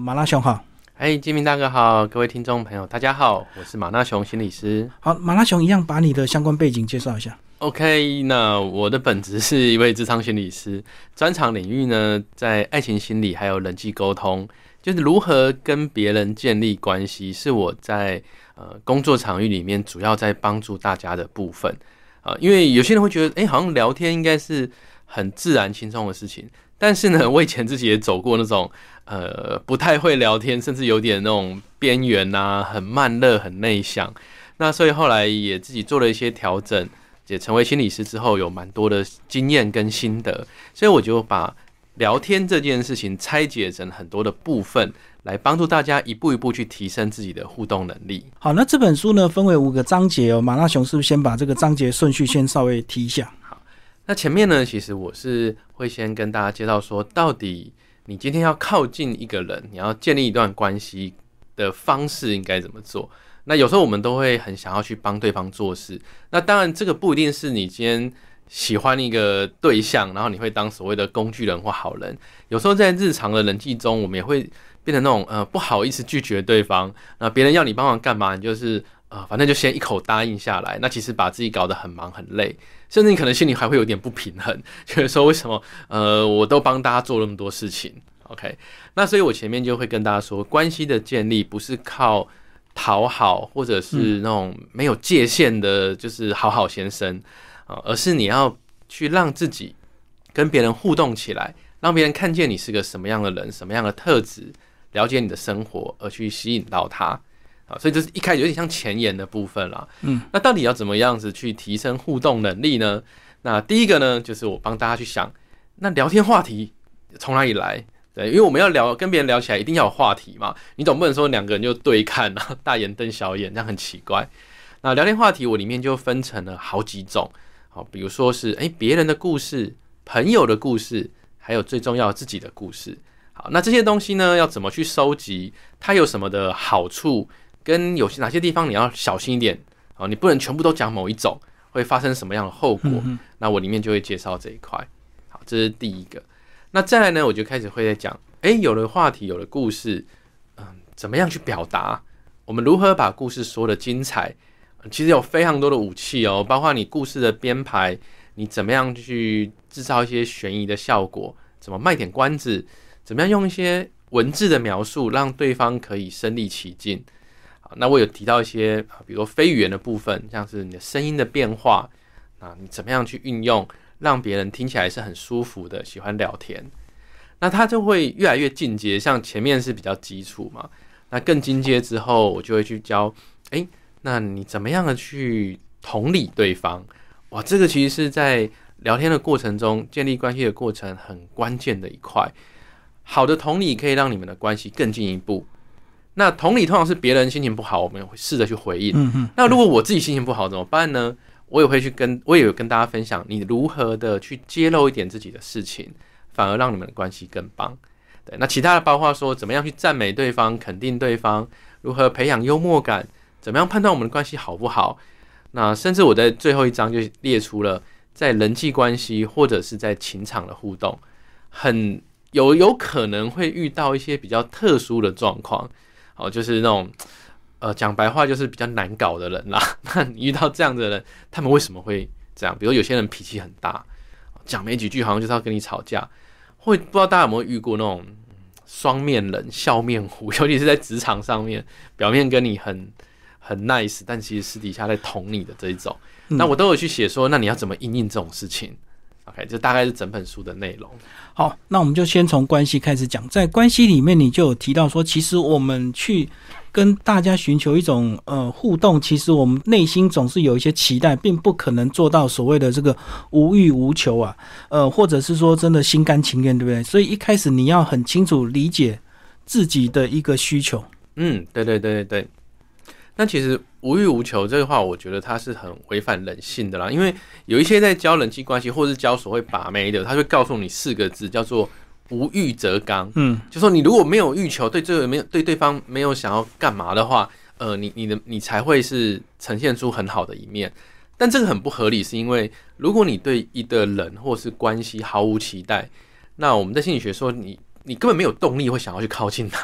马拉雄好。 金明大哥好，各位听众朋友大家好，我是马纳雄心理师。 好，马拉雄一样把你的相关背景介绍一下。 OK， 那我的本职是一位諮商心理师，专长领域呢在爱情心理还有人际沟通，就是如何跟别人建立关系，是我在工作场域里面主要在帮助大家的部分。因为有些人会觉得好像聊天应该是很自然轻松的事情，但是呢我以前自己也走过那种不太会聊天，甚至有点那种边缘啊，很慢热很内向，那所以后来也自己做了一些调整，也成为心理师之后有蛮多的经验跟心得，所以我就把聊天这件事情拆解成很多的部分，来帮助大家一步一步去提升自己的互动能力。 好，那这本书呢分为5个章节哦，马拉雄是不是先把这个章节顺序先稍微提一下？ 好，那前面呢，其实我是会先跟大家介绍说，到底你今天要靠近一个人，你要建立一段关系的方式应该怎么做。那有时候我们都会很想要去帮对方做事，那当然这个不一定是你今天喜欢一个对象，然后你会当所谓的工具人或好人。有时候在日常的人际中，我们也会变成那种不好意思拒绝对方，那别人要你帮忙干嘛，你就是反正就先一口答应下来，那其实把自己搞得很忙很累，甚至你可能心里还会有点不平衡，觉得说为什么我都帮大家做那么多事情。 OK， 那所以我前面就会跟大家说，关系的建立不是靠讨好或者是那种没有界限的就是好好先生，而是你要去让自己跟别人互动起来，让别人看见你是个什么样的人，什么样的特质，了解你的生活，而去吸引到他。所以这是一开始有点像前言的部分啦。那到底要怎么样子去提升互动能力呢？那第一个呢，就是我帮大家去想，那聊天话题从哪里来？对，因为我们要跟别人聊起来，一定要有话题嘛。你总不能说2个人就对看，然后大眼瞪小眼，这样很奇怪。那聊天话题我里面就分成了好几种，好，比如说是别人的故事、朋友的故事，还有最重要自己的故事。好，那这些东西呢，要怎么去收集？它有什么的好处？跟有哪些地方你要小心一点？好，你不能全部都讲某一种，会发生什么样的后果？那我里面就会介绍这一块。好，这是第一个。那再来呢，我就开始会在讲，有了话题，有了故事，怎么样去表达？我们如何把故事说得精彩？其实有非常多的武器哦，包括你故事的编排，你怎么样去制造一些悬疑的效果，怎么卖点关子，怎么样用一些文字的描述，让对方可以身临其境。好，那我有提到一些，比如说非语言的部分，像是你的声音的变化，你怎么样去运用？让别人听起来是很舒服的，喜欢聊天，那他就会越来越进阶。像前面是比较基础嘛，那更进阶之后，我就会去教，那你怎么样的去同理对方？哇，这个其实是在聊天的过程中，建立关系的过程很关键的一块。好的同理可以让你们的关系更进一步。那同理通常是别人心情不好，我们会试着去回应。那如果我自己心情不好怎么办呢？我也有跟大家分享，你如何的去揭露一点自己的事情，反而让你们的关系更棒。对，那其他的包括说，怎么样去赞美对方、肯定对方，如何培养幽默感，怎么样判断我们的关系好不好。那甚至我在最后一章就列出了，在人际关系或者是在情场的互动，很有可能会遇到一些比较特殊的状况，就是那种。讲白话就是比较难搞的人啦。那你遇到这样的人，他们为什么会这样？比如有些人脾气很大，讲没几句好像就是要跟你吵架。不知道大家有没有遇过那种双面人、笑面虎，尤其是在职场上面，表面跟你很 nice， 但其实私底下在捅你的这一种。那我都有去写说，那你要怎么因应这种事情。OK， 这大概是整本书的内容。 好，那我们就先从关系开始讲。在关系里面，你就有提到说，其实我们去跟大家寻求一种互动，其实我们内心总是有一些期待，并不可能做到所谓的这个无欲无求啊，或者是说真的心甘情愿，对不对？所以一开始你要很清楚理解自己的一个需求。 对。那其实无欲无求这个话，我觉得它是很违反人性的啦。因为有一些在教人际关系或是教所谓把妹的，他会告诉你4个字，叫做无欲则刚。就说你如果没有欲求，对对方没有想要干嘛的话，你才会是呈现出很好的一面。但这个很不合理，是因为如果你对一个人或是关系毫无期待，那我们在心理学说你根本没有动力会想要去靠近他。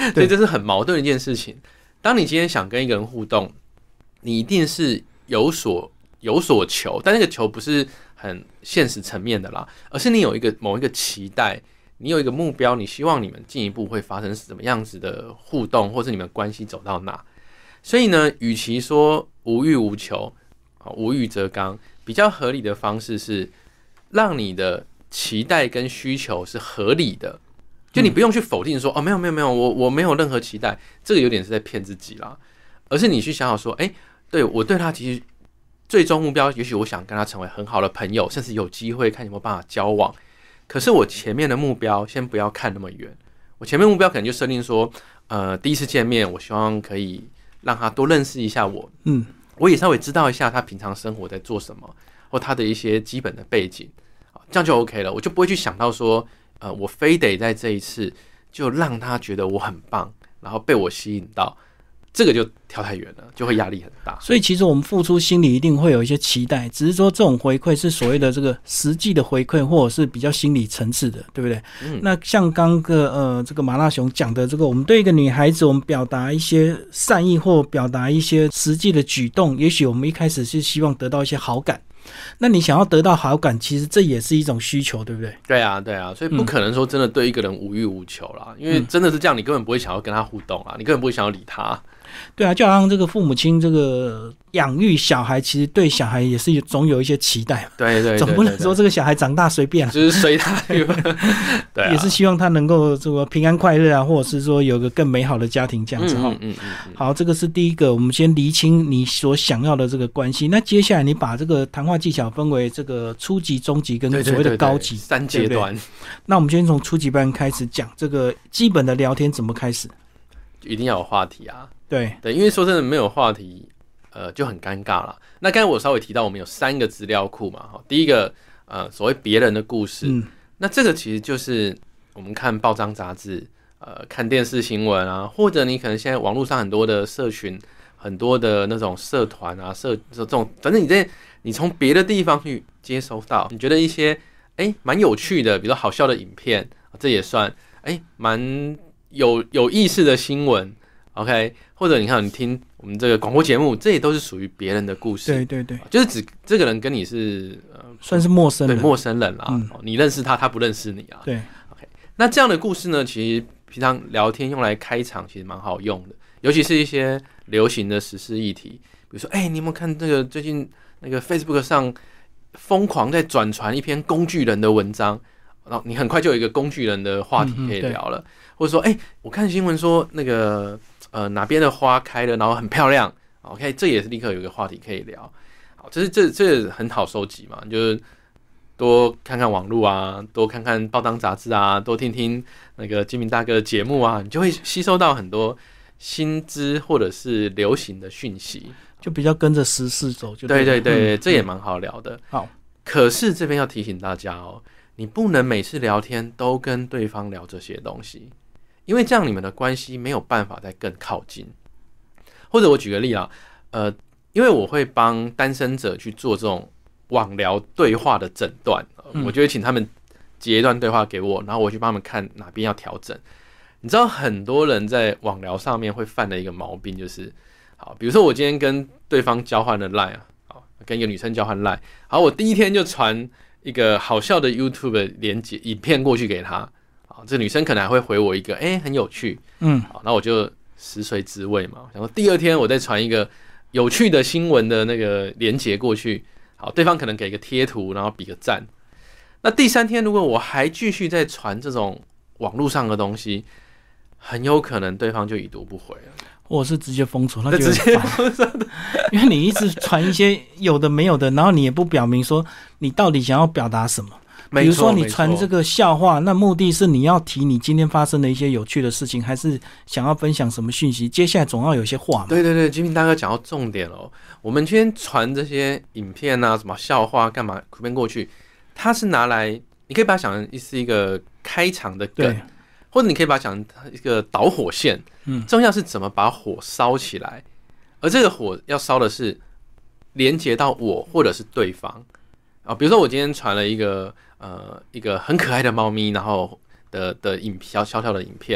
所以这是很矛盾的一件事情。当你今天想跟一个人互动，你一定是有所求，但那个求不是很现实层面的啦，而是你有某一个期待，你有一个目标，你希望你们进一步会发生什么样子的互动，或是你们关系走到哪。所以呢，与其说无欲无求，无欲则刚，比较合理的方式是让你的期待跟需求是合理的，就你不用去否定说没有，我没有任何期待，这个有点是在骗自己啦。而是你去想想说，对，我对他其实最终目标，也许我想跟他成为很好的朋友，甚至有机会看有没有办法交往。可是我前面的目标先不要看那么远，我前面目标可能就设定说，第一次见面，我希望可以让他多认识一下我，我也稍微知道一下他平常生活在做什么，或他的一些基本的背景，这样就 OK 了。我就不会去想到说，我非得在这一次就让他觉得我很棒，然后被我吸引到。这个就跳太远了，就会压力很大。 所以其实我们付出心里一定会有一些期待，只是说这种回馈是所谓的这个实际的回馈，或者是比较心理层次的，对不对？那像刚个这个麻辣熊讲的这个，我们对一个女孩子，我们表达一些善意或表达一些实际的举动，也许我们一开始是希望得到一些好感。那你想要得到好感，其实这也是一种需求，对不对？ 对啊，所以不可能说真的对一个人无欲无求啦，因为真的是这样，你根本不会想要跟他互动啦，你根本不会想要理他。 对啊，就好像这个父母亲这个养育小孩，其实对小孩也是总有一些期待嘛。 对， 总不能说这个小孩长大随便， 就是随他。对啊， 也是希望他能够这个平安快乐啊，或者是说有个更美好的家庭这样子哈。好，这个是第一个，我们先厘清你所想要的这个关系。那接下来你把这个谈话技巧分为这个初级、中级跟所谓的高级 3阶段。对对， 那我们先从初级班开始讲这个基本的聊天怎么开始。 一定要有话题啊。 对， 因为说真的没有话题，就很尴尬啦。那刚才我稍微提到，我们有3个资料库嘛。第一个，所谓别人的故事，那这个其实就是我们看报章杂志，看电视新闻啊，或者你可能现在网络上很多的社群，很多的那种社团啊，这种，反正你从别的地方去接收到，你觉得一些蛮有趣的，比如说好笑的影片，这也算蛮有意思的新闻。OK， 或者你看，你听我们这个广播节目，这也都是属于别人的故事。对，就是指这个人跟你是算是陌生人， 对，陌生人啦。你认识他，他不认识你啊。 对 ，OK， 那这样的故事呢，其实平常聊天用来开场，其实蛮好用的，尤其是一些流行的时事议题，比如说，你有没有看这个最近那个 Facebook 上疯狂在转传一篇工具人的文章？然后你很快就有一个工具人的话题可以聊了，或者说，我看新闻说那个哪边的花开了，然后很漂亮 ，OK， 这也是立刻有一个话题可以聊。好，这很好收集嘛，就是多看看网络啊，多看看报章杂志啊，多听听那个金明大哥的节目啊，你就会吸收到很多新知或者是流行的讯息， 就比较跟着时事走就对，这也蛮好聊的。 好， 可是这边要提醒大家哦。你不能每次聊天都跟对方聊这些东西，因为这样你们的关系没有办法再更靠近。或者我举个例啊，因为我会帮单身者去做这种网聊对话的诊断，我就会请他们截一段对话给我，然后我去帮他们看哪边要调整。你知道很多人在网聊上面会犯的一个毛病就是，好，比如说我今天跟对方交换了 LINE 啊，好，跟一个女生交换 LINE， 好，我第一天就传一个好笑的 YouTube 的连结影片过去给他，好，这女生可能还会回我一个很有趣，好，那我就食髓知味嘛，然后第二天我再传一个有趣的新闻的那个连结过去，好，对方可能给个贴图，然后比个赞。那第3天如果我还继续在传这种网络上的东西，很有可能对方就已读不回了。 或者是直接封锁，那就很烦，因为你一直传一些有的没有的，然后你也不表明说你到底想要表达什么。比如说你传这个笑话，那目的是你要提你今天发生的一些有趣的事情，还是想要分享什么讯息？接下来总要有一些话嘛。 对，金明大哥讲到重点了。我们今天传这些影片啊，什么笑话干嘛，随便过去，它是拿来，你可以把它想成是一个开场的梗。或者你可以把它讲成一个导火线，重要是怎么把火烧起来，而这个火要烧的是连接到我或者是对方啊。比如说我今天传了一个很可爱的猫咪，然后的小小的影片，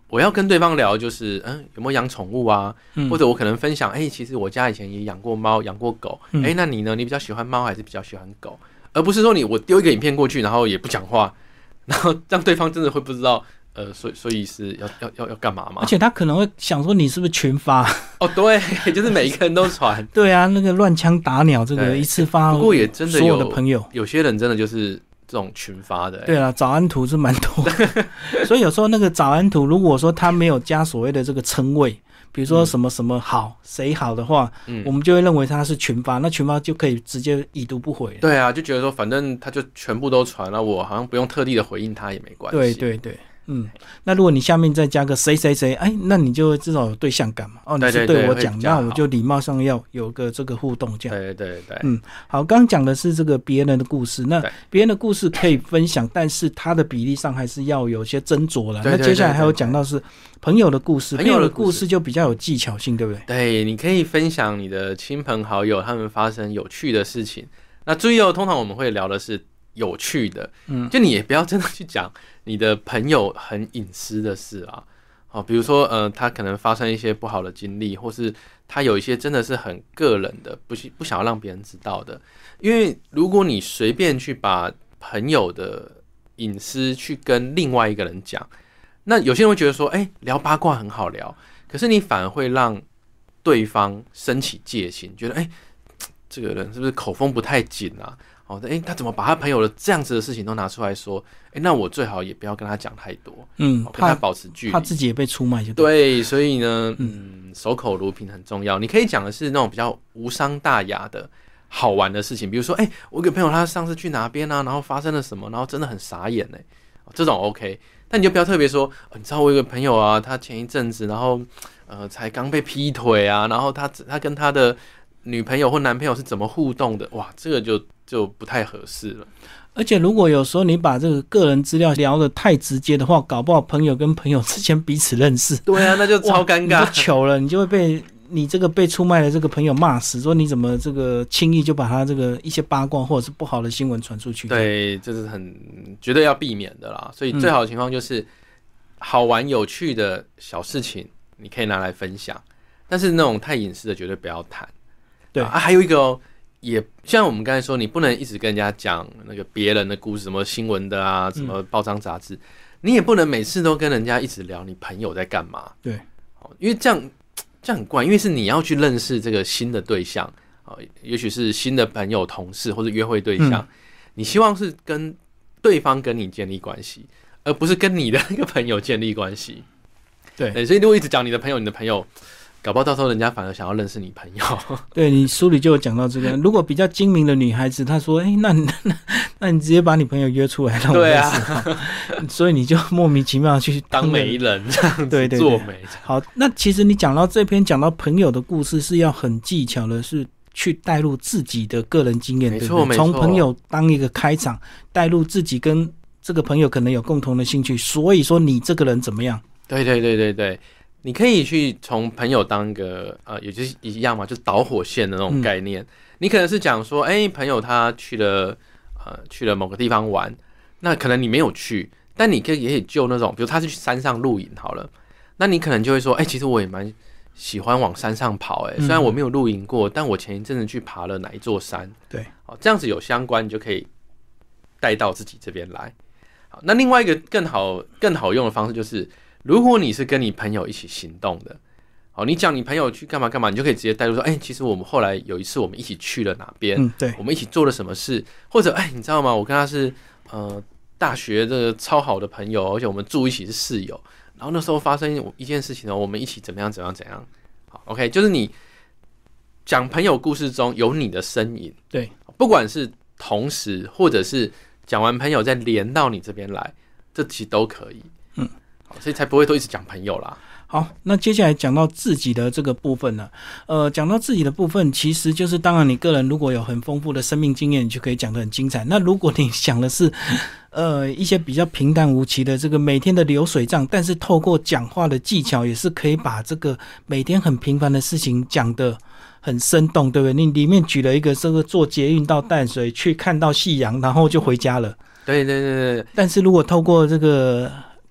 我要跟对方聊，就是有没有养宠物啊？或者我可能分享，其实我家以前也养过猫，养过狗。那你呢？你比较喜欢猫还是比较喜欢狗？而不是说我丢一个影片过去，然后也不讲话，然后让对方真的会不知道，所以是要干嘛嘛？ 而且他可能会想说你是不是群发？ 哦，对，就是每一个人都传。对啊，那个乱枪打鸟，这个一次发， 不过也真的所有的朋友， 有些人真的就是这种群发的。 对啦，早安图是蛮多的，所以有时候那个早安图，如果说他没有加所谓的这个称谓，比如说什么什么好，谁好的话，我们就会认为他是群发，那群发就可以直接已读不回了。 对啊，就觉得说反正他就全部都传了，我好像不用特地的回应他也没关系。 对。那如果你下面再加个谁谁谁，那你就至少有对象感嘛。哦，你是对我讲，那我就礼貌上要有个这个互动，这样。 对。 好，刚刚讲的是这个别人的故事，那别人的故事可以分享，但是它的比例上还是要有些斟酌了。那接下来还有讲到是朋友的故事，朋友的故事就比较有技巧性，对不对？ 对，你可以分享你的亲朋好友他们发生有趣的事情。那注意哦，通常我们会聊的是有趣的，就你也不要真的去讲你的朋友很隐私的事啊。好，比如说他可能发生一些不好的经历，或是他有一些真的是很个人的，不想要让别人知道的。因为如果你随便去把朋友的隐私去跟另外一个人讲，那有些人会觉得说，聊八卦很好聊，可是你反而会让对方升起戒心，觉得这个人是不是口风不太紧啊？他怎么把他朋友的这样子的事情都拿出来说？那我最好也不要跟他讲太多，跟他保持距离， 怕自己也被出卖就对。所以呢，守口如瓶很重要。你可以讲的是那种比较无伤大雅的好玩的事情，比如说，我有个朋友他上次去哪边啊，然后发生了什么，然后真的很傻眼这种 OK。但你就不要特别说，你知道我有个朋友啊，他前一阵子，然后才刚被劈腿啊，然后他跟他的女朋友或男朋友是怎么互动的？哇，这个就不太合适了。 而且如果有时候你把这个个人资料聊得太直接的话，搞不好朋友跟朋友之间彼此认识。 对啊，那就超尴尬， 你就糗了，你就会被你这个被出卖的这个朋友骂死，说你怎么这个轻易就把他这个一些八卦或者是不好的新闻传出去。 对，这是很绝对要避免的啦。所以最好的情况就是好玩有趣的小事情你可以拿来分享，但是那种太隐私的绝对不要谈。对还有一个也像我们刚才说，你不能一直跟人家讲那个别人的故事，什么新闻的啊，什么报章杂志，你也不能每次都跟人家一直聊你朋友在干嘛。 对， 因为这样很怪，因为是你要去认识这个新的对象，也许是新的朋友、同事或者约会对象，你希望是跟对方跟你建立关系，而不是跟你的那个朋友建立关系。对，所以如果一直讲你的朋友。搞不好到时候人家反而想要认识你朋友。 对，你书里就有讲到这个，如果比较精明的女孩子，她说那你直接把你朋友约出来让我认识。所以你就莫名其妙去当媒人这样子，对做媒。 好，那其实你讲到这篇讲到朋友的故事是要很技巧的，是去带入自己的个人经验， 没错， 从朋友当一个开场，带入自己跟这个朋友可能有共同的兴趣，所以说你这个人怎么样。 对，你可以去从朋友当个也就是一样嘛，就导火线的那种概念。你可能是讲说，朋友他去了某个地方玩，那可能你没有去，但你也可以就那种，比如他是去山上露营好了，那你可能就会说，其实我也蛮喜欢往山上跑，虽然我没有露营过，但我前一阵子去爬了哪一座山。 对， 这样子有相关，你就可以带到自己这边来。好，那另外一个更好用的方式就是。如果你是跟你朋友一起行动的，你讲你朋友去干嘛干嘛，你就可以直接带入说，其实我们后来有一次我们一起去了哪边， 对， 我们一起做了什么事，或者你知道吗？我跟他是大学这个超好的朋友，而且我们住一起是室友，然后那时候发生一件事情我们一起怎么样。好 ，OK， 就是你讲朋友故事中有你的身影， 对， 不管是同时或者是讲完朋友再连到你这边来，这其实都可以。所以才不会都一直讲朋友啦。 好，那接下来讲到自己的这个部分呢，讲到自己的部分，其实就是当然你个人如果有很丰富的生命经验，你就可以讲得很精彩。那如果你讲的是一些比较平淡无奇的这个每天的流水账，但是透过讲话的技巧，也是可以把这个每天很平凡的事情讲得很生动，对不对？你里面举了一个这个坐捷运到淡水去看到夕阳，然后就回家了。 对。 但是如果透过这个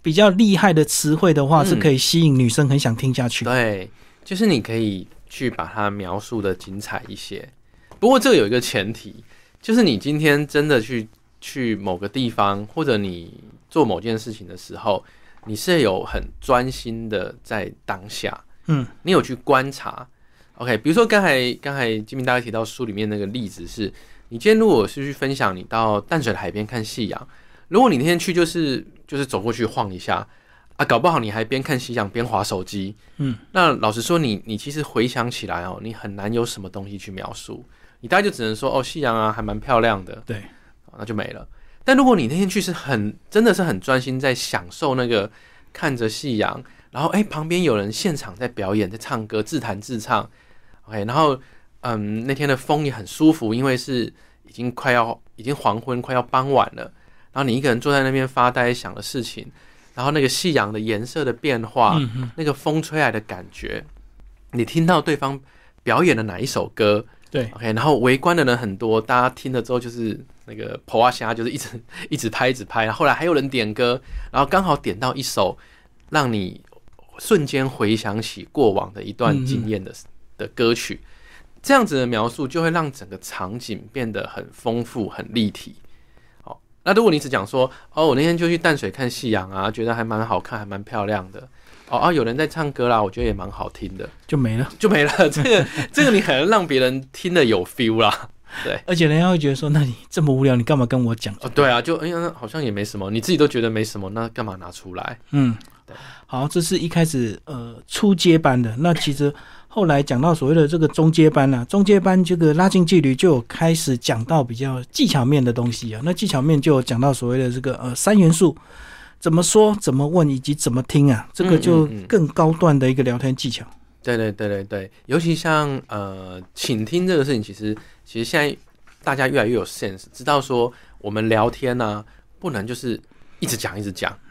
比较厉害的词汇的话，是可以吸引女生很想听下去。 对，就是你可以去把它描述的精彩一些。不过这个有一个前提，就是你今天真的去某个地方，或者你做某件事情的时候，你是有很专心的在当下，你有去观察。OK， 比如说刚才金明大概提到书里面那个例子是，你今天如果是去分享你到淡水的海边看夕阳，如果你那天去就是走过去晃一下啊，搞不好你还边看夕阳边滑手机，那老实说你其实回想起来你很难有什么东西去描述，你大概就只能说夕阳啊还蛮漂亮的， 对， 那就没了。但如果你那天去是真的是很专心在享受那个看着夕阳，然后旁边有人现场在表演在唱歌自弹自唱 ，OK， 然后那天的风也很舒服，因为是已经黄昏快要傍晚了。然后你一个人坐在那边发呆想的事情，然后那个夕阳的颜色的变化，那个风吹来的感觉，你听到对方表演的哪一首歌， 对 ，OK， 然后围观的人很多，大家听了之后就是那个婆啊虾，就是一直拍，然后后来还有人点歌，然后刚好点到一首让你瞬间回想起过往的一段经验的歌曲，这样子的描述就会让整个场景变得很丰富、很立体。那如果你只讲说我那天就去淡水看夕阳啊，觉得还蛮好看，还蛮漂亮的。有人在唱歌啦，我觉得也蛮好听的， 就没了。 这个你很难让别人听得有 feel 啦。对， 而且人家会觉得说，那你这么无聊，你干嘛跟我讲？ 对啊，就好像也没什么，你自己都觉得没什么，那干嘛拿出来？ 好，这是一开始初阶班的。那其实后来讲到所谓的这个中阶班中阶班这个拉近距离就有开始讲到比较技巧面的东西啊。那技巧面就有讲到所谓的这个3元素，怎么说、怎么问以及怎么听啊，这个就更高段的一个聊天技巧。 对，尤其像倾听这个事情，其实现在大家越来越有 sense， 知道说我们聊天啊，不能就是一直讲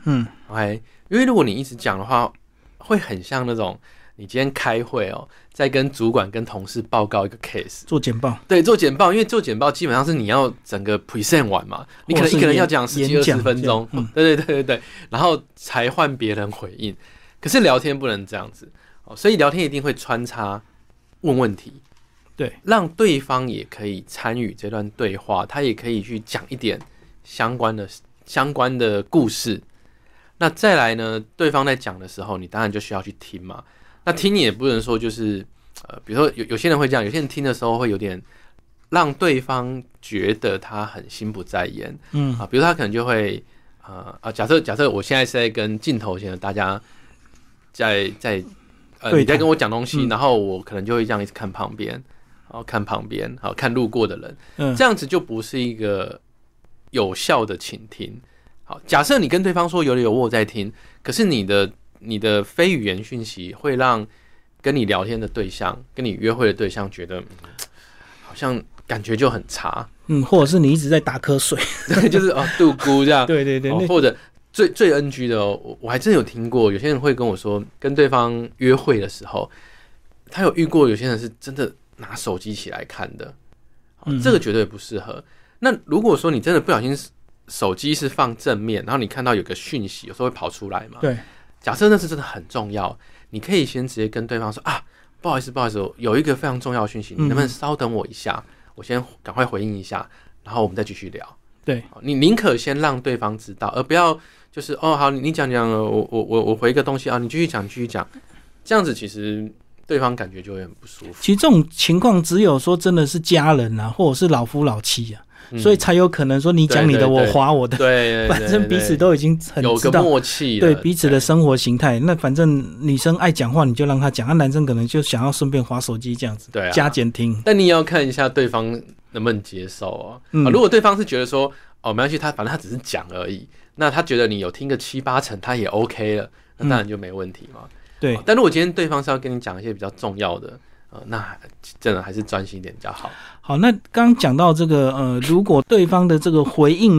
，OK， 因为如果你一直讲的话，会很像那种你今天开会在跟主管跟同事报告一个 case， 做简报， 对，做简报，因为做简报基本上是你要整个 present 完嘛，你可能一个人要讲10几20分钟，对，然后才换别人回应。可是聊天不能这样子，所以聊天一定会穿插问问题， 对， 让对方也可以参与这段对话，他也可以去讲一点相关的故事。那再来呢，对方在讲的时候，你当然就需要去听嘛。那听你也不能说就是比如说有些人会这样，有些人听的时候会有点让对方觉得他很心不在焉，比如他可能就会假设我现在是在跟镜头前的大家在你在跟我讲东西，然后我可能就会这样一直看旁边，然后看路过的人，这样子就不是一个有效的倾听。好，假设你跟对方说有我在听，可是你的非语言讯息会让跟你聊天的对象、跟你约会的对象觉得，好像感觉就很差， 或者是你一直在打瞌睡， 对，就是度孤这样， 对， 或者最 NG 的我还真有听过，有些人会跟我说，跟对方约会的时候，他有遇过有些人是真的拿手机起来看的，这个绝对不适合。那如果说你真的不小心手机是放正面，然后你看到有个讯息，有时候会跑出来嘛。 对， 假设那是真的很重要，你可以先直接跟对方说不好意思，有一个非常重要的讯息，你能不能稍等我一下，我先赶快回应一下，然后我们再继续聊。 对， 你宁可先让对方知道，而不要就是好，你讲我回一个东西你继续讲，这样子其实对方感觉就会很不舒服。 其实这种情况只有说真的是家人啊，或者是老夫老妻啊。所以才有可能说你讲你的，我划我的， 对， 反正彼此都已经很知道有个默契了， 对彼此的生活形态。那反正女生爱讲话，你就让她讲，男生可能就想要顺便滑手机这样子， 对， 加减听。 但你也要看一下对方能不能接受如果对方是觉得说没关系，反正他只是讲而已，那他觉得你有听个7、8成，他也 OK 了，那当然就没问题嘛。 对， 但如果今天对方是要跟你讲一些比较重要的。那真的还是专心一点比较好。 好，那刚刚讲到这个如果对方的这个回应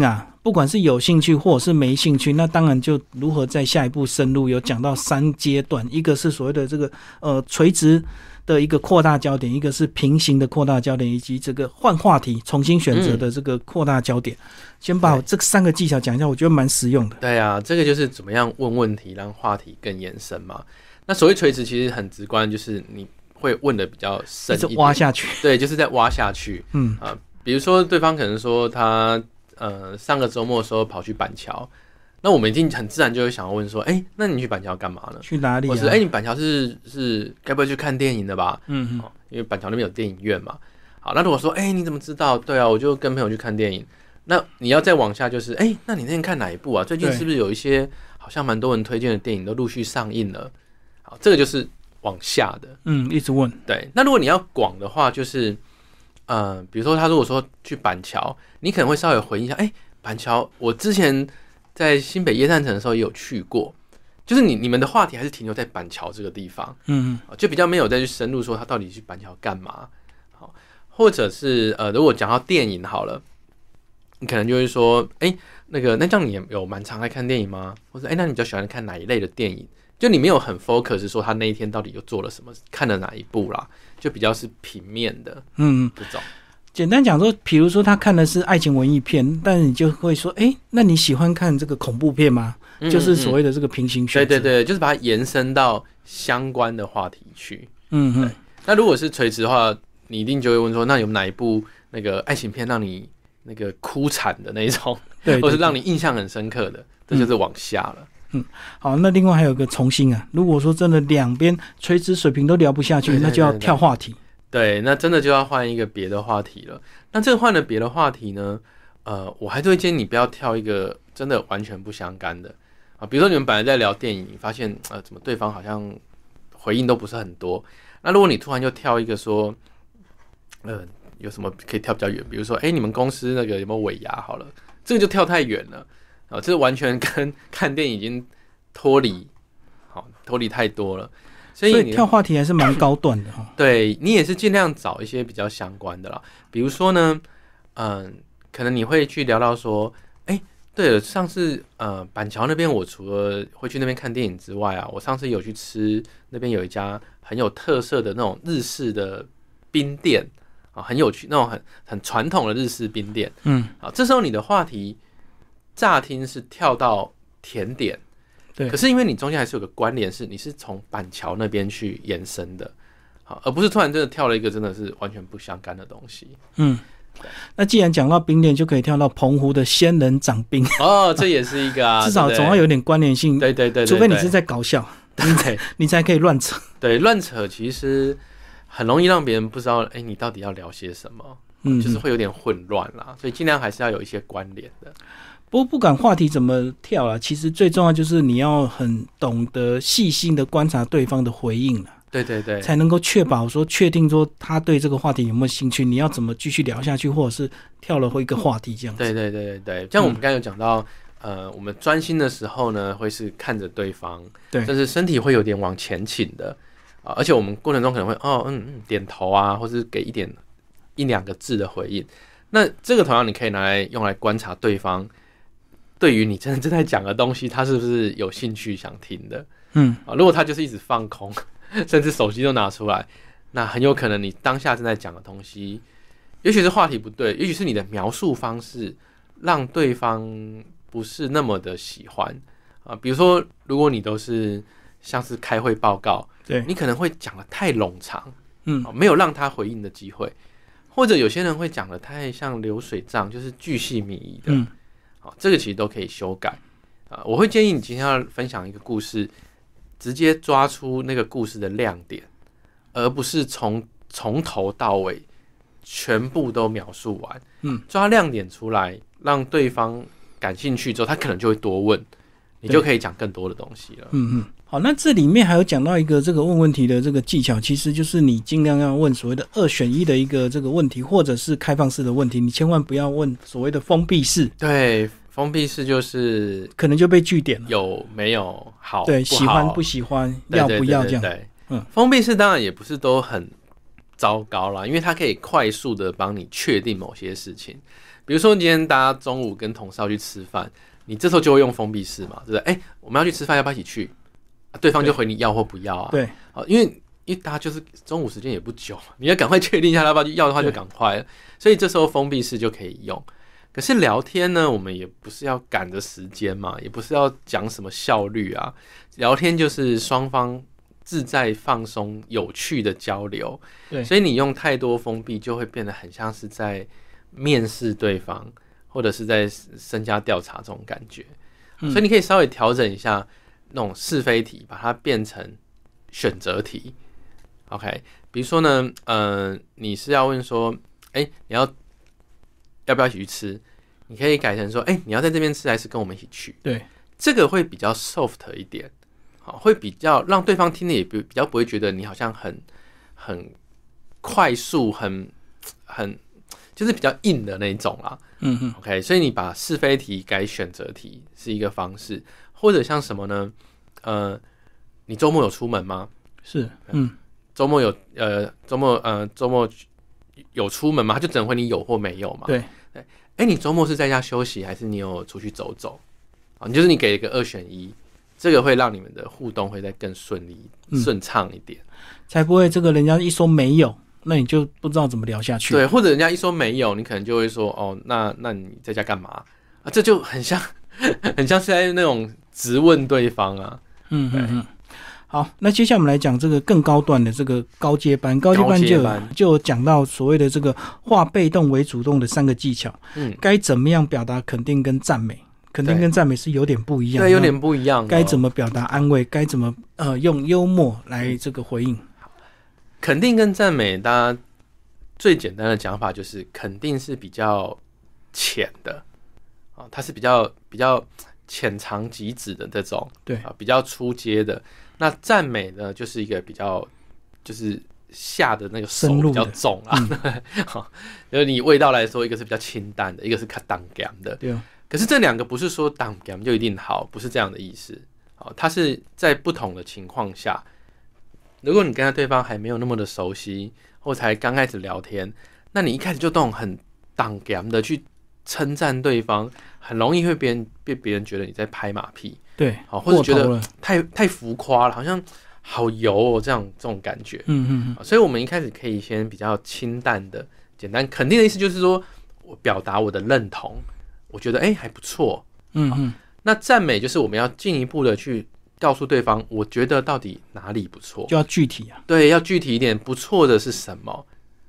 不管是有兴趣或者是没兴趣，那当然就如何在下一步深入，有讲到3阶段，一个是所谓的这个垂直的一个扩大焦点，一个是平行的扩大焦点，以及这个换话题重新选择的这个扩大焦点。先把这3个技巧讲一下，我觉得蛮实用的。 对啊，这个就是怎么样问问题让话题更延伸嘛。那所谓垂直其实很直观，就是你会问的比较深一点， 一直挖下去。 对，就是在挖下去。比如说对方可能说他上个周末的时候跑去板桥，那我们一定很自然就会想要问说，那你去板桥干嘛呢？ 去哪里啊？ 或是你板桥是该不会去看电影的吧？因为板桥那边有电影院嘛。好，那如果说你怎么知道？对啊，我就跟朋友去看电影。那你要再往下就是那你那天看哪一部啊？最近是不是有一些好像蛮多人推荐的电影都陆续上映了？好，这个就是往下的， 一直问。 对，那如果你要广的话，就是比如说他如果说去板桥，你可能会稍微回应一下，板桥我之前在新北耶诞城的时候也有去过，就是你们的话题还是停留在板桥这个地方，就比较没有再去深入说他到底去板桥干嘛。好，或者是如果讲到电影好了，你可能就会说，那这样你有蛮常来看电影吗？或者那你比较喜欢看哪一类的电影？就你没有很 focus 说他那一天到底有做了什么，看了哪一部啦，就比较是平面的，这种。 简单讲说，比如说他看的是爱情文艺片，但是你就会说，那你喜欢看这个恐怖片吗？就是所谓的这个平行选择。 对，就是把它延伸到相关的话题去。那如果是垂直的话，你一定就会问说，那有哪一部那个爱情片让你那个哭惨的那一种，或是让你印象很深刻的，这就是往下了。 好，那另外还有一个重新啊，如果说真的两边垂直水平都聊不下去，那就要跳话题。 对，那真的就要换一个别的话题了。那这个换了别的话题呢，我还是会建议你不要跳一个真的完全不相干的啊。比如说你们本来在聊电影，你发现怎么对方好像回应都不是很多。那如果你突然就跳一个说，有什么可以跳比较远？比如说，你们公司那个有没有尾牙？好了，这个就跳太远了啊，这完全跟看电影已经脱离太多了。所以跳话题还是蛮高段的哈。 对，你也是尽量找一些比较相关的啦。比如说呢，可能你会去聊到说，对了，上次板桥那边我除了会去那边看电影之外啊，我上次有去吃那边有一家很有特色的那种日式的冰店啊，很有趣那种很传统的日式冰店。好，这时候你的话题乍听是跳到甜点。对，可是因为你中间还是有个关联，是你是从板桥那边去延伸的，好，而不是突然真的跳了一个真的是完全不相干的东西。 那既然讲到冰店，就可以跳到澎湖的仙人掌冰哦，这也是一个啊， 至少总要有点关联性。 对， 除非你是在搞笑，你才可以乱扯。 对，乱扯其实很容易让别人不知道，你到底要聊些什么，就是会有点混乱啦。所以尽量还是要有一些关联的。 不过不管话题怎么跳啦，其实最重要就是你要很懂得细心的观察对方的回应啦。 对， 才能够确定说他对这个话题有没有兴趣，你要怎么继续聊下去，或者是跳了一个话题这样子。 对，像我们刚才有讲到，我们专心的时候呢，会是看着对方，对，甚至身体会有点往前倾的而且我们过程中可能会点头啊，或是给一两个字的回应。那这个同样你可以拿来用来观察对方对于你真的正在讲的东西，他是不是有兴趣想听的。如果他就是一直放空，甚至手机都拿出来，那很有可能你当下正在讲的东西，也许是话题不对，也许是你的描述方式让对方不是那么的喜欢比如说如果你都是像是开会报告，对，你可能会讲得太冗长，没有让他回应的机会，或者有些人会讲得太像流水账，就是巨细靡遗的，这个其实都可以修改我会建议你今天要分享一个故事，直接抓出那个故事的亮点，而不是从头到尾全部都描述完。抓亮点出来，让对方感兴趣之后，他可能就会多问，你就可以讲更多的东西了。 好，那这里面还有讲到一个这个问问题的这个技巧，其实就是你尽量要问所谓的2选1的一个这个问题，或者是开放式的问题，你千万不要问所谓的封闭式。 对，封闭式就是可能就被句点了， 有没有好， 对， 不好， 喜欢不喜欢，要不要这样。 对，封闭式当然也不是都很糟糕啦，因为它可以快速的帮你确定某些事情。 比如说今天大家中午跟同事要去吃饭，你这时候就会用封闭式嘛，对不对？我们要去吃饭，要不要一起去？对方就回你要或不要啊。 对， 因为大家就是中午时间也不久，你要赶快确定一下要不要去，要的话就赶快了。所以这时候封闭式就可以用。可是聊天呢，我们也不是要赶着时间嘛，也不是要讲什么效率啊。聊天就是双方自在放松、有趣的交流。 对， 所以你用太多封闭，就会变得很像是在面试对方，或者是在身家调查这种感觉。所以你可以稍微调整一下那种是非题，把它变成选择题。OK， 比如说呢，你是要问说，你要不要一起去吃？你可以改成说，你要在这边吃还是跟我们一起去？ 对，这个会比较 soft 一点，好，会比较让对方听的也比较不会觉得你好像很快速，很就是比较硬的那种啦。OK， 所以你把是非题改选择题是一个方式，或者像什么呢？你周末有出门吗？ 是， 周末有出门吗？他就只能回你有或没有嘛。 对， 你周末是在家休息，还是你有出去走走？就是你给一个2选1，这个会让你们的互动会再更顺利、顺畅一点， 才不会这个人家一说没有，那你就不知道怎么聊下去。 对，或者人家一说没有，你可能就会说那你在家干嘛啊？这就很像是在那种质问对方啊。 好，那接下来我们来讲这个更高段的这个高阶班。高阶班就讲到所谓的这个化被动为主动的3个技巧。该怎么样表达肯定跟赞美？肯定跟赞美是有点不一样的， 对，有点不一样。 该怎么表达安慰？该怎么用幽默来这个回应？ 肯定跟赞美，大家最简单的讲法就是肯定是比较浅的，它是比较浅尝即止的这种， 对， 比较初阶的。那赞美呢，就是一个比较就是下的那个手比较重啊，就是你味道来说，一个是比较清淡的，一个是较重咸的。 对， 可是这2个不是说重咸就一定好，不是这样的意思。它是在不同的情况下，如果你跟对方还没有那么的熟悉，或才刚开始聊天，那你一开始就动很重咸的去称赞对方，很容易会被别人觉得你在拍马屁。 对， 或者觉得太浮夸了，好像好油这种感觉。所以我们一开始可以先比较清淡的、简单肯定的意思，就是说我表达我的认同，我觉得还不错。那赞美就是我们要进一步的去告诉对方，我觉得到底哪里不错， 就要具体啊。 对，要具体一点，不错的是什么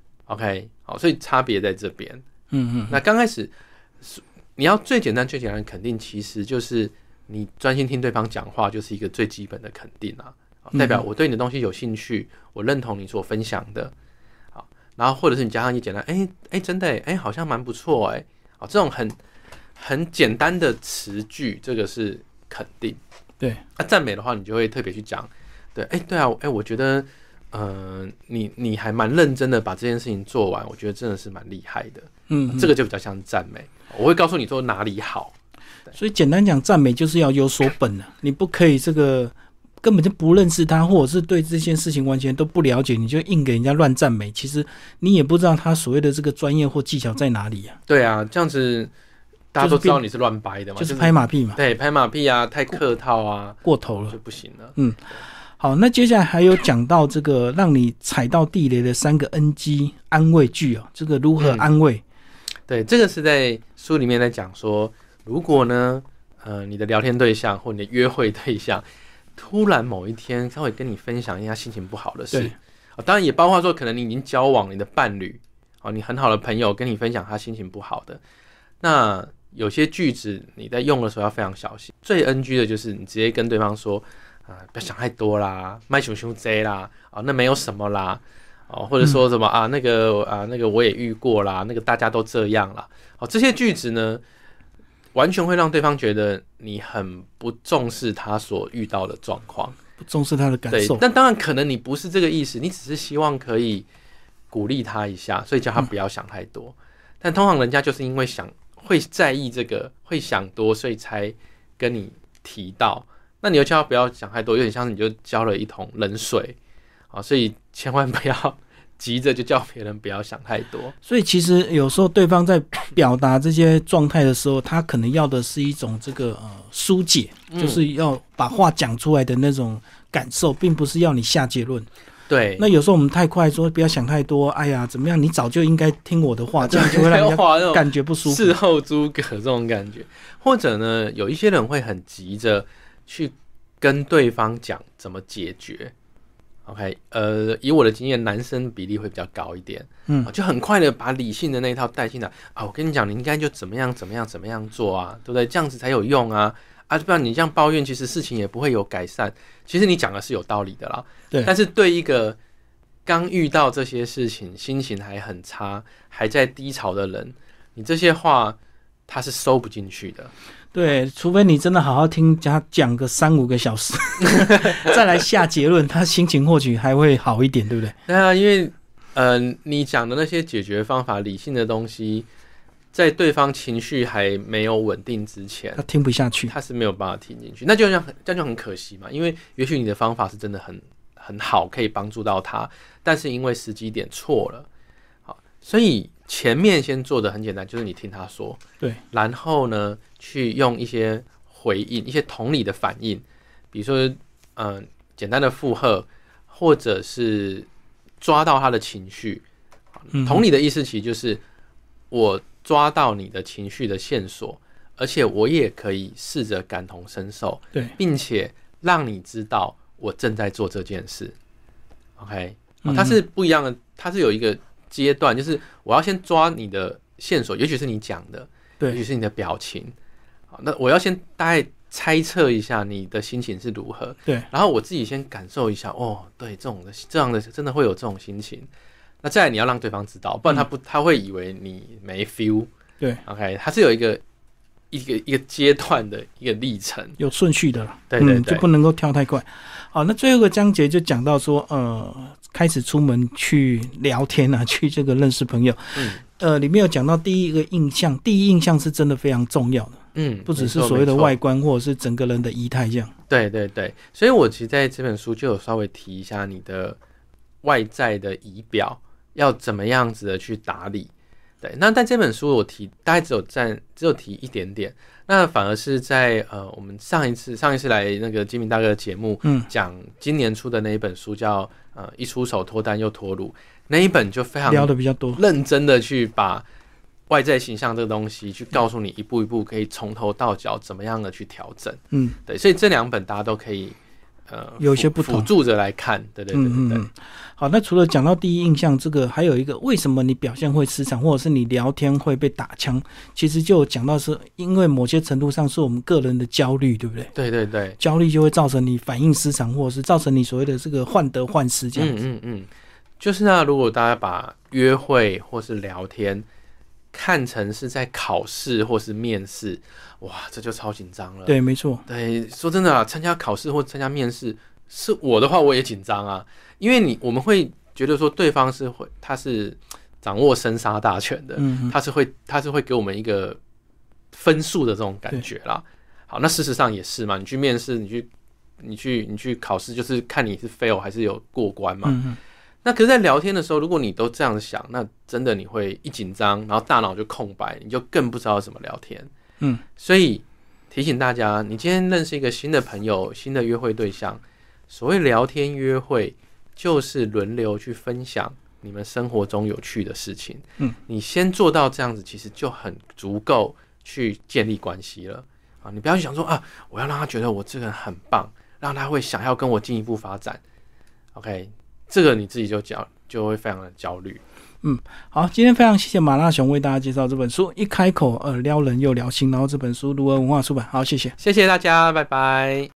？OK， 好，所以差别在这边。那刚开始你要最简单的肯定，其实就是你专心听对方讲话，就是一个最基本的肯定啊，代表我对你的东西有兴趣，我认同你所分享的。好，然后或者是你加上一简单，真的好像蛮不错这种很简单的词句，这个是肯定。 对， 赞美的话，你就会特别去讲，对啊，我觉得你还蛮认真的把这件事情做完，我觉得真的是蛮厉害的。这个就比较像赞美，我会告诉你说哪里好。 所以简单讲，赞美就是要有所本啊，你不可以这个根本就不认识他，或者是对这件事情完全都不了解，你就硬给人家乱赞美，其实你也不知道他所谓的这个专业或技巧在哪里啊。 对啊，这样子大家都知道你是乱掰的嘛， 就是拍马屁嘛。 对，拍马屁啊，太客套啊， 过头了就不行了。 好，那接下来还有讲到这个让你踩到地雷的3个 NG 安慰句这个如何安慰？ 对，这个是在书里面在讲说，如果呢，你的聊天对象或你的约会对象突然某一天稍微跟你分享一下心情不好的事，当然也包括说可能你已经交往，你的伴侣，你很好的朋友跟你分享他心情不好的，那有些句子你在用的时候要非常小心。最 NG 的就是你直接跟对方说，不要想太多啦，卖熊熊 Z 啦，那没有什么啦。或者说什么那个我也遇过啦，那个大家都这样啦。这些句子呢，完全会让对方觉得你很不重视他所遇到的状况， 不重视他的感受。 对，但当然可能你不是这个意思，你只是希望可以鼓励他一下，所以叫他不要想太多。但通常人家就是因为会在意这个，会想多，所以才跟你提到。那你又叫他不要想太多，有点像是你就浇了一桶冷水。所以千万不要急着就叫别人不要想太多。 所以其实有时候对方在表达这些状态的时候，他可能要的是一种这个疏解，就是要把话讲出来的那种感受，并不是要你下结论。 对， 那有时候我们太快说不要想太多，哎呀怎么样，你早就应该听我的话，这样就会让人家感觉不舒服， 事后诸葛这种感觉。或者呢，有一些人会很急着去跟对方讲怎么解决。OK， 以我的经验，男生比例会比较高一点，就很快的把理性的那一套带进来啊。我跟你讲，你应该就怎么样怎么样怎么样做啊，对不对？这样子才有用啊。不然你这样抱怨，其实事情也不会有改善。其实你讲的是有道理的啦， 对。 但是对一个刚遇到这些事情，心情还很差，还在低潮的人，你这些话他是收不进去的。 对，除非你真的好好听他讲个3-5个小时，再来下结论，他心情或许还会好一点，对不对？ 对啊，因为你讲的那些解决方法、理性的东西，在对方情绪还没有稳定之前， 他听不下去， 他是没有办法听进去，那这样就很可惜嘛。因为也许你的方法是真的很好，可以帮助到他，但是因为时机点错了，好，所以前面先做的很简单，就是你听他说， 对， 然后呢，去用一些回应、一些同理的反应，比如说简单的附和，或者是抓到他的情绪。同理的意思其实就是我抓到你的情绪的线索，而且我也可以试着感同身受， 对， 并且让你知道我正在做这件事。OK，它是不一样的，它是有一个阶段，就是我要先抓你的线索，也许是你讲的， 对， 也许是你的表情。好，那我要先大概猜测一下你的心情是如何， 对， 然后我自己先感受一下，哦，对，这样的真的会有这种心情。那再来你要让对方知道，不然他会以为你没 feel。 对 ，OK， 它是有一个阶段的一个历程， 有顺序的啦。 对对对， 就不能够跳太快。好，那最后一个章节就讲到说，开始出门去聊天啊，去这个认识朋友。里面有讲到第一印象是真的非常重要的。不只是所谓的外观或者是整个人的仪态这样。 对对对，所以我其实在这本书就有稍微提一下你的外在的仪表要怎么样子的去打理。对，那但这本书我提大概只有提一点点，那反而是在我们上一次来那个金明大哥的节目，讲今年出的那一本书叫一出手脱单又脱乳，那一本就非常聊的比较多， 认真的去把外在形象这个东西去告诉你一步一步可以从头到脚怎么样的去调整。对，所以这2本大家都可以有一些不同辅助着来看。对对对对。 好，那除了讲到第一印象这个，还有一个为什么你表现会失常，或者是你聊天会被打枪，其实就讲到是因为某些程度上是我们个人的焦虑，对不对？ 对对对， 焦虑就会造成你反应失常，或者是造成你所谓的这个患得患失这样子。 就是呢，如果大家把约会或是聊天看成是在考试或是面试，哇，这就超紧张了。 对，没错。 对，说真的啊，参加考试或参加面试，是我的话我也紧张啊，因为我们会觉得说对方他是掌握生杀大权的，他是会给我们一个分数的这种感觉啦。好，那事实上也是嘛，你去面试，你去考试，就是看你是 fail 还是有过关嘛。那可是，在聊天的时候，如果你都这样想，那真的你会一紧张，然后大脑就空白，你就更不知道怎么聊天。所以提醒大家，你今天认识一个新的朋友、新的约会对象，所谓聊天约会，就是轮流去分享你们生活中有趣的事情。你先做到这样子，其实就很足够去建立关系了啊！你不要去想说啊，我要让他觉得我这个人很棒，让他会想要跟我进一步发展。OK。这个你自己就会非常的焦虑。 好，今天非常谢谢马大雄为大家介绍这本书，一开口撩人又撩心，然后这本书卢尔文化出版，好，谢谢大家，拜拜。